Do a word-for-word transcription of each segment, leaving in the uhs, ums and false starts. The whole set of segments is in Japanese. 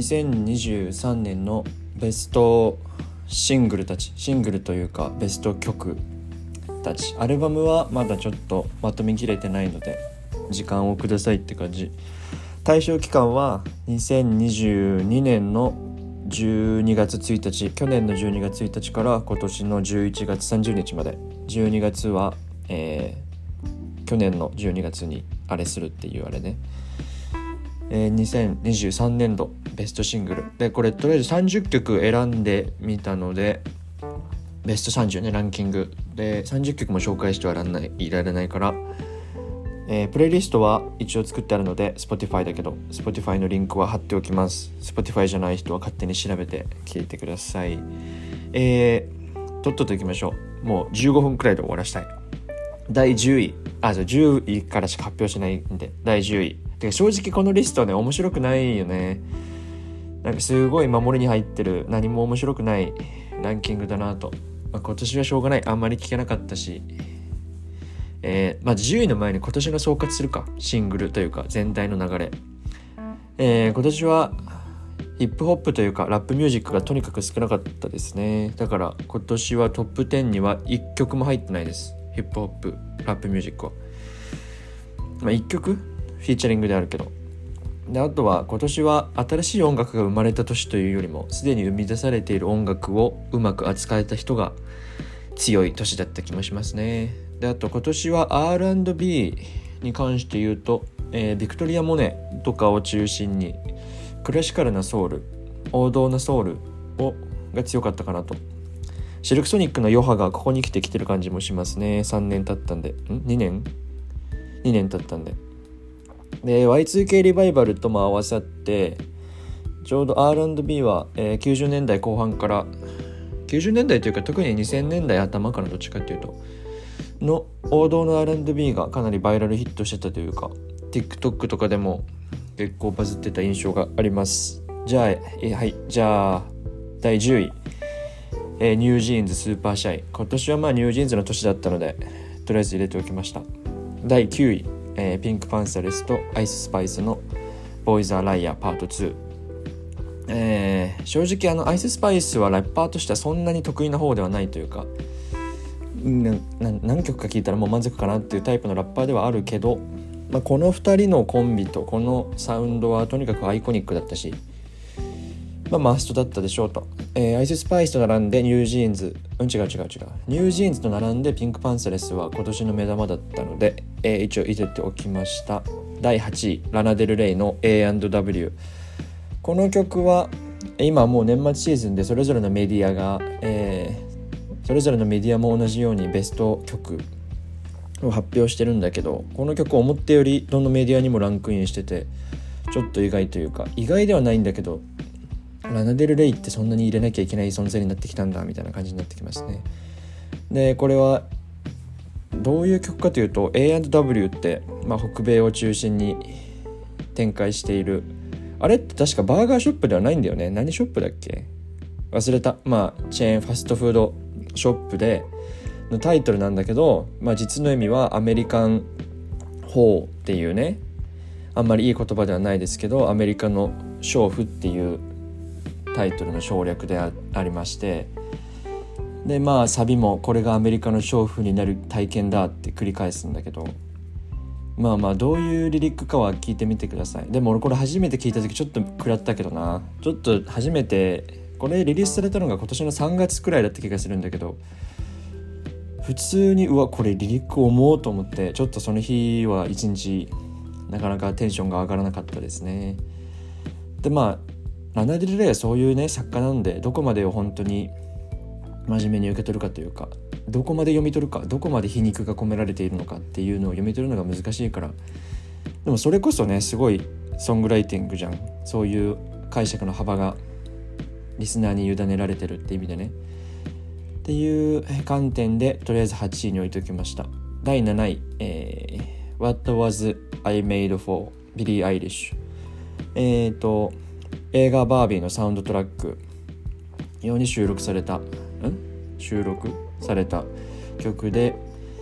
にせんにじゅうさんねんのベストシングルたち、シングルというかベスト曲たち、アルバムはまだちょっとまとめきれてないので時間をくださいって感じ。対象期間はにせんにじゅうにねんのじゅうにがつついたち、去年のじゅうにがつついたちから今年のじゅういちがつさんじゅうにちまで。じゅうにがつは、えー、去年のじゅうにがつにあれするっていうあれね、えー、にせんにじゅうさんねんどベストシングルで、これとりあえずさんじゅっきょく選んでみたので、ベストさんじゅうね、ランキングでさんじゅっきょくも紹介してはいられない、いられないから、えー、プレイリストは一応作ってあるので Spotify だけど Spotify のリンクは貼っておきます。 Spotify じゃない人は勝手に調べて聞いてください。えー、とっとといきましょう。もうじゅうごふんくらいで終わらしたい。だいじゅうい、あ、じゅういからしか発表しないんで、だいじゅういてか正直このリストはね面白くないよね。なんかすごい守りに入ってる、何も面白くないランキングだなと、まあ、今年はしょうがない、あんまり聞けなかったし、えー、まあじゅういの前に今年の総括するか、シングルというか全体の流れ。えー、今年はヒップホップというかラップミュージックがとにかく少なかったですね。だから今年はトップじゅうにはいっきょくも入ってないです。ヒップホップラップミュージックは、まあ、いっきょくフィーチャリングであるけど、であとは今年は新しい音楽が生まれた年というよりもすでに生み出されている音楽をうまく扱えた人が強い年だった気もしますね。であと今年は アールアンドビー に関して言うと、えー、ビクトリア・モネとかを中心にクラシカルなソウル、王道なソウルをが強かったかなと。シルクソニックの余波がここに来てきてる感じもしますね。さんねん経ったんで、んにねんにねん経ったんで。で ワイツーケー リバイバルとも合わさってちょうど アールアンドビー は、えー、きゅうじゅうねんだいこう半からきゅうじゅうねんだいというか特ににせんねんだい頭からどっちかっていうとの王道の アールアンドビー がかなりバイラルヒットしてたというか TikTok とかでも結構バズってた印象があります。じゃあ、えー、はいじゃあだいじゅうい、えー、ニュージーンズスーパーシャイ。今年はまあニュージーンズの年だったのでとりあえず入れておきました。だいきゅうい、えー、ピンクパンサレスとアイススパイスのボーイズ・ア・ライアーパートツー。えー、正直あのアイススパイスはラッパーとしてはそんなに得意な方ではないというか、なな何曲か聴いたらもう満足かなっていうタイプのラッパーではあるけど、まあ、このふたりのコンビとこのサウンドはとにかくアイコニックだったし、まあ、マストだったでしょうと。えー、アイススパイスと並んでニュージーンズ、うん違う違う違うニュージーンズと並んでピンクパンサレスは今年の目玉だったので、えー、一応入れておきました。だいはちい、ラナデルレイの エーアンドダブリュー。 この曲は今もう年末シーズンでそれぞれのメディアが、えー、それぞれのメディアも同じようにベスト曲を発表してるんだけど、この曲思ったよりどのメディアにもランクインしててちょっと意外というか、意外ではないんだけどラナデルレイってそんなに入れなきゃいけない存在になってきたんだみたいな感じになってきますね。でこれはどういう曲かというと エーアンドダブリュー って、まあ、北米を中心に展開している、あれって確かバーガーショップではないんだよね。何ショップだっけ忘れた。まあチェーンファストフードショップでのタイトルなんだけど、まあ、実の意味はアメリカンホーっていうね、あんまりいい言葉ではないですけどアメリカの娼婦っていうタイトルの省略で あ, ありまして、でまあサビもこれがアメリカの娼婦になる体験だって繰り返すんだけど、まあまあどういうリリックかは聞いてみてください。でも俺これ初めて聞いた時ちょっと食らったけどな。ちょっと初めてこれリリースされたのが今年のさんがつくらいだった気がするんだけど、普通にうわこれリリック重いと思って、ちょっとその日は一日なかなかテンションが上がらなかったですね。でまあラナデルレイはそういうね作家なんで、どこまでを本当に真面目に受け取るかというか、どこまで読み取るか、どこまで皮肉が込められているのかっていうのを読み取るのが難しいから、でもそれこそねすごいソングライティングじゃん。そういう解釈の幅がリスナーに委ねられてるって意味でねっていう観点でとりあえずはちいに置いておきました。だいなない、えー、What Was I Made For ビリー・アイリッシュ。えーと映画バービーのサウンドトラック用に収録されたん収録された曲で、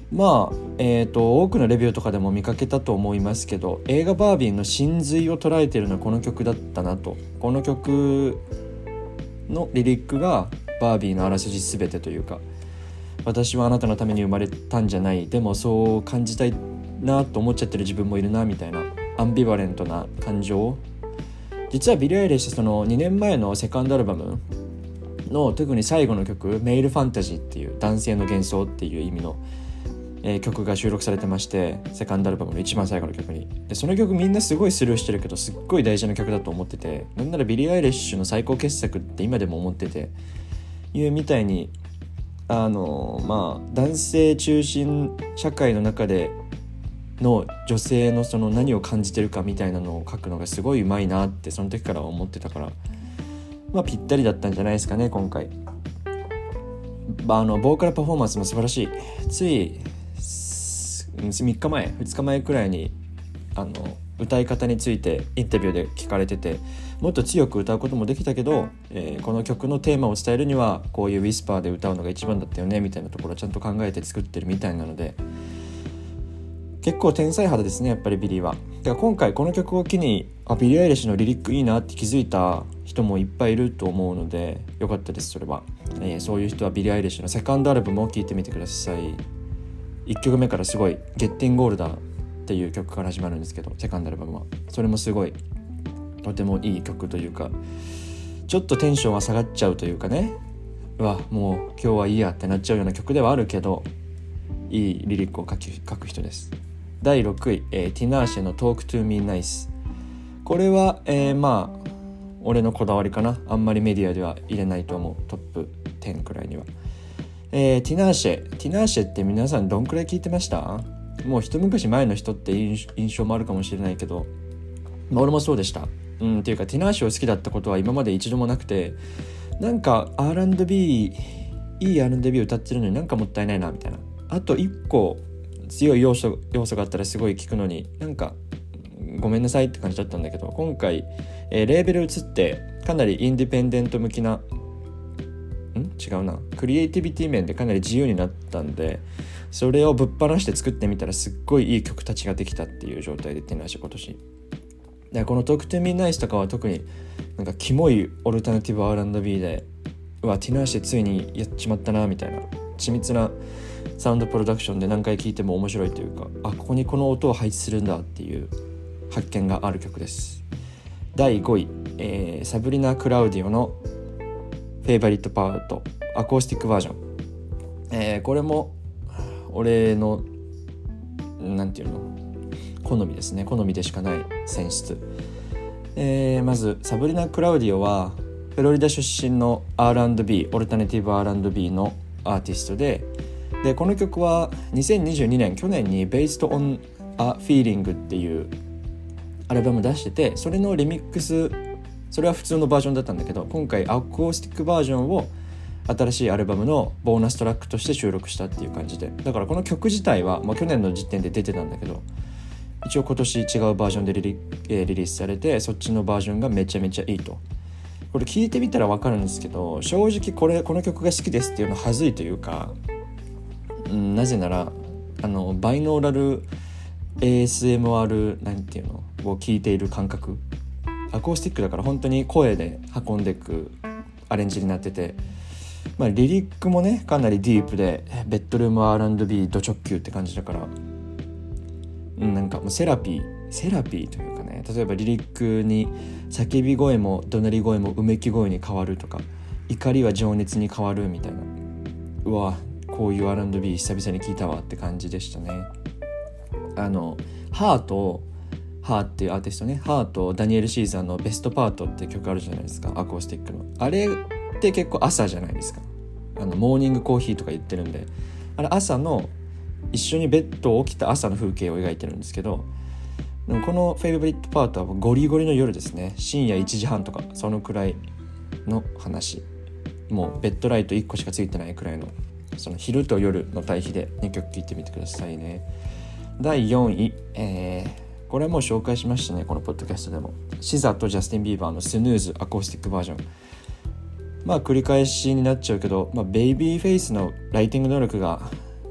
まあえーと多くのレビューとかでも見かけたと思いますけど、映画バービーの真髄を捉えているのはこの曲だったなと。この曲のリリックがバービーのあらすじ全てというか、私はあなたのために生まれたんじゃない、でもそう感じたいなと思っちゃってる自分もいるなみたいなアンビバレントな感情。実はビリー・アイリッシュそのにねんまえのセカンドアルバムの特に最後の曲メイルファンタジーっていう男性の幻想っていう意味の、えー、曲が収録されてまして、セカンドアルバムの一番最後の曲に。でその曲みんなすごいスルーしてるけどすっごい大事な曲だと思ってて、なんならビリー・アイリッシュの最高傑作って今でも思ってて、いうみたいにあのまあ男性中心社会の中での女性のその何を感じてるかみたいなのを書くのがすごいうまいなってその時から思ってたから、まあぴったりだったんじゃないですかね今回。あのボーカルパフォーマンスも素晴らしい。ついみっかまえふつかまえくらいにあの歌い方についてインタビューで聞かれてて、もっと強く歌うこともできたけど、えー、この曲のテーマを伝えるにはこういうウィスパーで歌うのが一番だったよねみたいなところをちゃんと考えて作ってるみたいなので、結構天才肌ですねやっぱりビリーは。だから今回この曲を機にあビリー・アイリッシュのリリックいいなって気づいた人もいっぱいいると思うのでよかったですそれは、えー、そういう人はビリー・アイリッシュのセカンドアルバムを聴いてみてください。いっきょくめからすごいゲッティングオールダーっていう曲から始まるんですけど、セカンドアルバムはそれもすごいとてもいい曲というか、ちょっとテンションは下がっちゃうというかね、うわもう今日はいいやってなっちゃうような曲ではあるけどいいリリックを書き書く人です。だいろくい、えー、ティナーシェの Talk to me nice。 これは、えー、まあ俺のこだわりかな。あんまりメディアでは入れないと思う、トップじゅうくらいには。えー、ティナーシェティナーシェって皆さんどんくらい聞いてました？もう一昔前の人って印象もあるかもしれないけど、まあ、俺もそうでした。うんっていうかティナーシェを好きだったことは今まで一度もなくて、なんか アールアンドビー いい アールアンドビー 歌ってるのになんかもったいないなみたいな、あと一個強い要素要素があったらすごい聞くのになんかごめんなさいって感じだったんだけど、今回、えー、レーベル移ってかなりインディペンデント向きな、ん違うなクリエイティビティ面でかなり自由になったんで、それをぶっ放して作ってみたらすっごいいい曲たちができたっていう状態でティナーシェ今年で、この Talk to me nice とかは特になんかキモいオルタナティブ アールアンドビー で、うわティナーシェついにやっちまったなみたいな緻密なサウンドプロダクションで何回聴いても面白いというか、あここにこの音を配置するんだっていう発見がある曲です。だいごい、えー、サブリナ・クラウディオのフェイバリットパートアコースティックバージョン、えー、これも俺のなんていうの好みですね。好みでしかない選出、えー、まずサブリナ・クラウディオはフロリダ出身の アールアンドビー オルタネティブ アールアンドビー のアーティストで、でこの曲はにせんにじゅうにねん去年に Based on a Feeling っていうアルバム出してて、それのリミックス、それは普通のバージョンだったんだけど、今回アコースティックバージョンを新しいアルバムのボーナストラックとして収録したっていう感じで、だからこの曲自体は、まあ、去年の時点で出てたんだけど一応今年違うバージョンでリリ、えー、リリースされて、そっちのバージョンがめちゃめちゃいいと。これ聞いてみたら分かるんですけど、正直これこの曲が好きですっていうのは恥ずいというか、うん、なぜならあのバイノーラル エーエスエムアール なんていうのを聞いている感覚、アコースティックだから本当に声で運んでいくアレンジになってて、まあ、リリックもねかなりディープでベッドルーム アールアンドビー ド直球って感じだから、うん、なんかもうセラピーセラピーというかね、例えばリリックに叫び声も怒鳴り声もうめき声に変わるとか、怒りは情熱に変わるみたいな、うわこういう アールアンドビー 久々に聞いたわって感じでしたね。あのハートハーっていうアーティストね、ハーとダニエル・シーザーのベストパートって曲あるじゃないですか、アコースティックの。あれって結構朝じゃないですか、あのモーニングコーヒーとか言ってるんで、あれ朝の一緒にベッドを起きた朝の風景を描いてるんですけど、でもこのフェイバリットパートはゴリゴリの夜ですね。深夜いちじはんとかそのくらいの話、もうベッドライトいっこしかついてないくらいの、その昼と夜の対比でにきょく聴いてみてくださいね。だいよんい、えー、これはもう紹介しましたねこのポッドキャストでも、シザとジャスティン・ビーバーのスヌーズアコースティックバージョン。まあ繰り返しになっちゃうけど、まあ、ベイビーフェイスのライティング能力が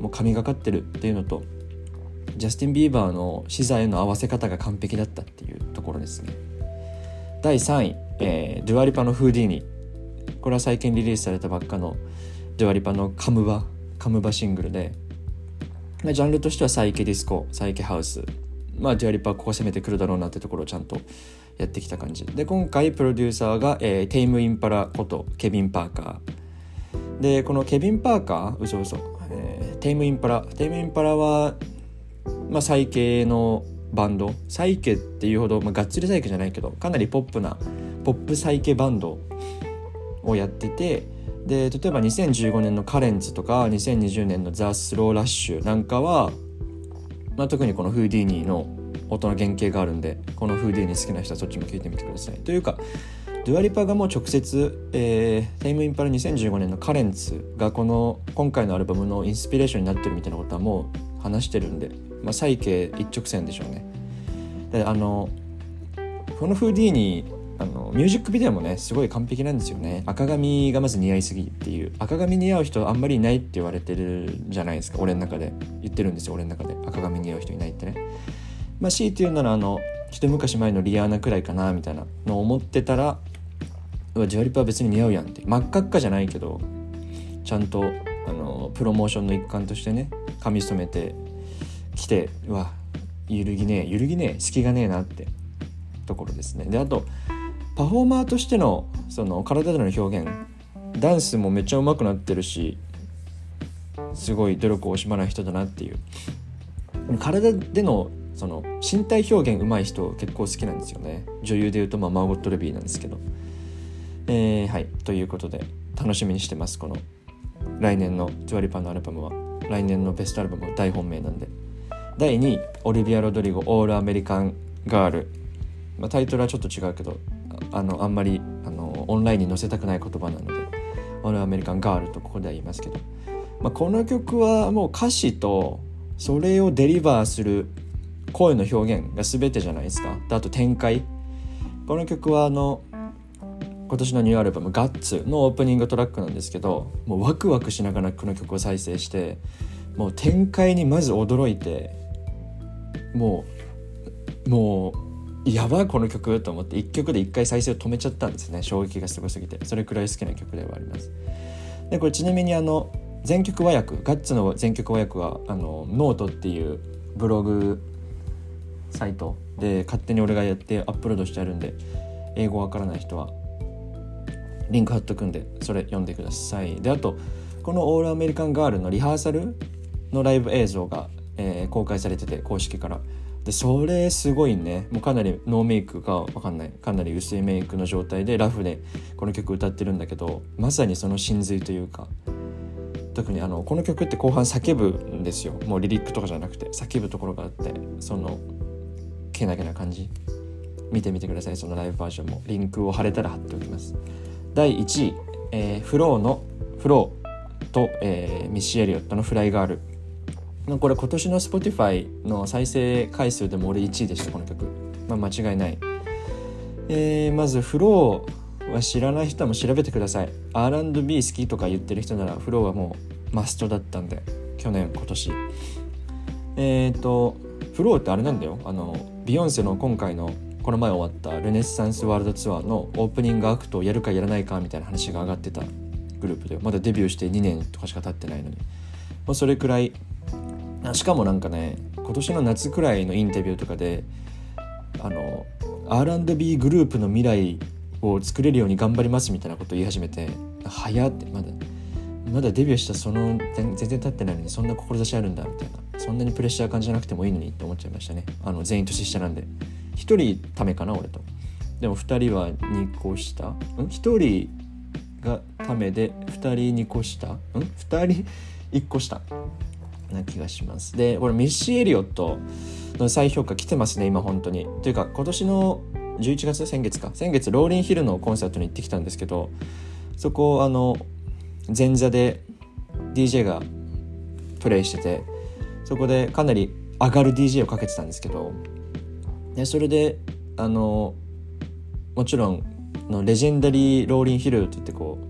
もう神がかってるっていうのと、ジャスティン・ビーバーの資材の合わせ方が完璧だったっていうところですね。だいさんい、えー、デュアリパのフーディーニ。これは最近リリースされたばっかのデュアリパのカムバカムバシングルで、まあ、ジャンルとしてはサイケディスコ、サイケハウス、まあデュアリパはここ攻めてくるだろうなってところをちゃんとやってきた感じで、今回プロデューサーが、えー、テイム・インパラことケビン・パーカーで、このケビン・パーカー嘘嘘、えー、テイム・インパラテイム・インパラは、まあ、サイケのバンド、サイケっていうほど、まあ、がっつりサイケじゃないけどかなりポップなポップサイケバンドをやってて、で例えばにせんじゅうごねんのカレンズとかにせんにじゅうねんのザ・スローラッシュなんかは、まあ、特にこのフーディーニの音の原型があるんで、このフーディーニ好きな人はそっちも聞いてみてください。というかデュアリパがもう直接、えー、テイムインパラにせんじゅうごねんのカレンツがこの今回のアルバムのインスピレーションになってるみたいなことはもう話してるんで、まあ、サイケ一直線でしょうね。であのこのフーディーニあのミュージックビデオもねすごい完璧なんですよね。赤髪がまず似合いすぎっていう、赤髪似合う人あんまりいないって言われてるじゃないですか。俺の中で言ってるんですよ。俺の中で赤髪似合う人いないってね。まあ 強いて言うならあの一昔前のリアーナくらいかなみたいなのを思ってたら、うわジュアリパは別に似合うやんって、真っ赤っかじゃないけどちゃんとあのプロモーションの一環としてね髪染めてきて、うわ揺るぎねえ揺るぎねえ隙がねえなってところですね。であとパフォーマーとしてのその体での表現、ダンスもめっちゃ上手くなってるし、すごい努力を惜しまない人だなっていう、体でのその身体表現上手い人結構好きなんですよね。女優でいうとまあマーゴット・レビーなんですけど、えー、はいということで楽しみにしてます。この来年のデュアリパのアルバムは来年のベストアルバム大本命なんで。だいにいオリビア・ロドリゴオールアメリカン・ガール、まあ、タイトルはちょっと違うけど あ, あ, のあんまりあのオンラインに載せたくない言葉なのでオールアメリカン・ガールとここでは言いますけど、まあ、この曲はもう歌詞とそれをデリバーする声の表現が全てじゃないですか。あと展開、この曲はあの今年のニューアルバムガッツのオープニングトラックなんですけど、もうワクワクしながらこの曲を再生して、もう展開にまず驚いて、もうもうやばいこの曲と思っていっきょくでいっかい再生を止めちゃったんですね。衝撃がすごすぎて、それくらい好きな曲ではあります。でこれちなみにあの全曲和訳、ガッツの全曲和訳はあのノートっていうブログサイトで勝手に俺がやってアップロードしてあるんで、英語わからない人はリンク貼っとくんでそれ読んでください。であとこのオールアメリカンガールのリハーサルのライブ映像が、えー、公開されてて、公式からでそれすごいね。もうかなりノーメイクかわかんない、かなり薄いメイクの状態でラフでこの曲歌ってるんだけど、まさにその真髄というか、特にあのこの曲って後半叫ぶんですよ。もうリリックとかじゃなくて叫ぶところがあって、そのけなげな感じ見てみてください。そのライブバージョンもリンクを貼れたら貼っておきます。だいいちい、えー、フローのフローと、えー、ミッシー・エリオットのフライガール。これ今年の Spotify の再生回数でも俺いちいでしたこの曲、まあ、間違いない。えー、まずフローは知らない人はもう調べてください。 アールアンドビー 好きとか言ってる人ならフローはもうマストだったんで、去年今年えーとフローってあれなんだよ、あのビヨンセの今回のこの前終わったルネッサンスワールドツアーのオープニングアクトをやるかやらないかみたいな話が上がってたグループで、まだデビューしてにねんとかしか経ってないのに、もうそれくらい。しかもなんかね、今年の夏くらいのインタビューとかであの アールアンドビー グループの未来を作れるように頑張りますみたいなことを言い始めて、早って、まだまだデビューしたその全然経ってないのにそんな志あるんだみたいな、そんなにプレッシャー感じなくてもいいのにって思っちゃいましたね。あの全員年下なんで、ひとりためかな俺と、でもふたりはにこ下、んひとりがためでふたりにこ下、んふたりいっこ下な気がします。でこれミッシー・エリオットの再評価来てますね今本当に。というか今年のじゅういちがつ、先月か先月ローリンヒルのコンサートに行ってきたんですけど、そこあの前座で ディージェー がプレイしてて、そこでかなり上がる ディージェー をかけてたんですけど、でそれであのもちろんのレジェンダリーローリンヒルといってこう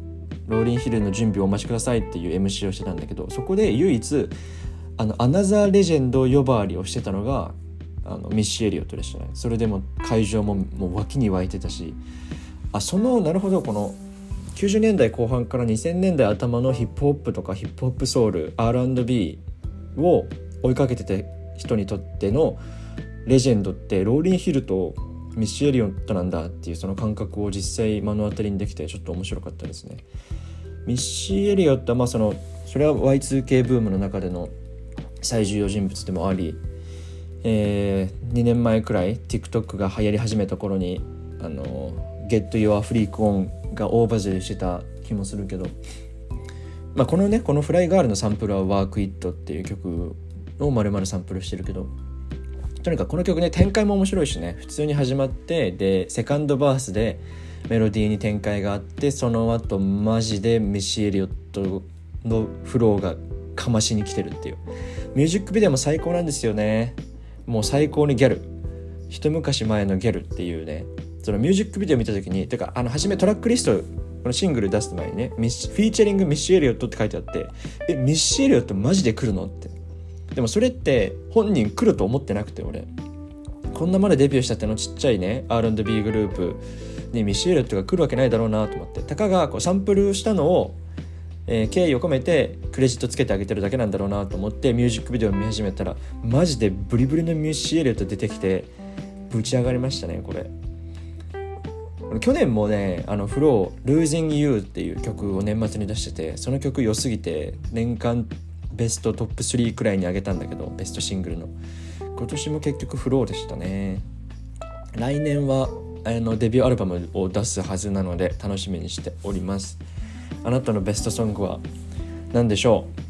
ローリンヒルの準備をお待ちくださいっていう エムシー をしてたんだけど、そこで唯一あのアナザーレジェンド呼ばわりをしてたのがあのミッシー・エリオットでしたね。それでも会場ももう脇に湧いてたし、あそのなるほど、このきゅうじゅうねんだいこう半からにせんねんだい頭のヒップホップとかヒップホップソウル アールアンドビー を追いかけてた人にとってのレジェンドってローリンヒルとミッシー・エリオットなんだっていうその感覚を実際目の当たりにできてちょっと面白かったですね。ミッシー・エリオットはまあそのそれは ワイツーケー ブームの中での最重要人物でもあり、えー、にねんまえくらい TikTok が流行り始めた頃にあの Get Your Freak On が大バズりしてた気もするけど、まあ、このねこのフライガールのサンプルは Work It っていう曲を丸々サンプルしてるけど、とにかくこの曲ね展開も面白いしね、普通に始まってでセカンドバースでメロディーに展開があって、その後マジでミッシー・エリオットのフローがかましに来てるっていう。ミュージックビデオも最高なんですよね。もう最高にギャル、一昔前のギャルっていうね、そのミュージックビデオ見た時に、てかあの初めトラックリストこのシングル出す前にねミッシフィーチャリングミッシー・エリオットって書いてあって、えミッシー・エリオットマジで来るのって。でもそれって本人来ると思ってなくて、俺こんなまでデビューしたってのちっちゃいね アールアンドビー グループにミッシー・エリオットが来るわけないだろうなと思って、たかがこうサンプルしたのを、えー、敬意を込めてクレジットつけてあげてるだけなんだろうなと思ってミュージックビデオを見始めたら、マジでブリブリのミッシー・エリオット出てきてぶち上がりましたね。これ去年もねあのフロー Losing You っていう曲を年末に出してて、その曲良すぎて年間ベストトップスリーくらいに上げたんだけど、ベストシングルの。今年も結局フローでしたね。来年はあのデビューアルバムを出すはずなので楽しみにしております。あなたのベストソングは何でしょう？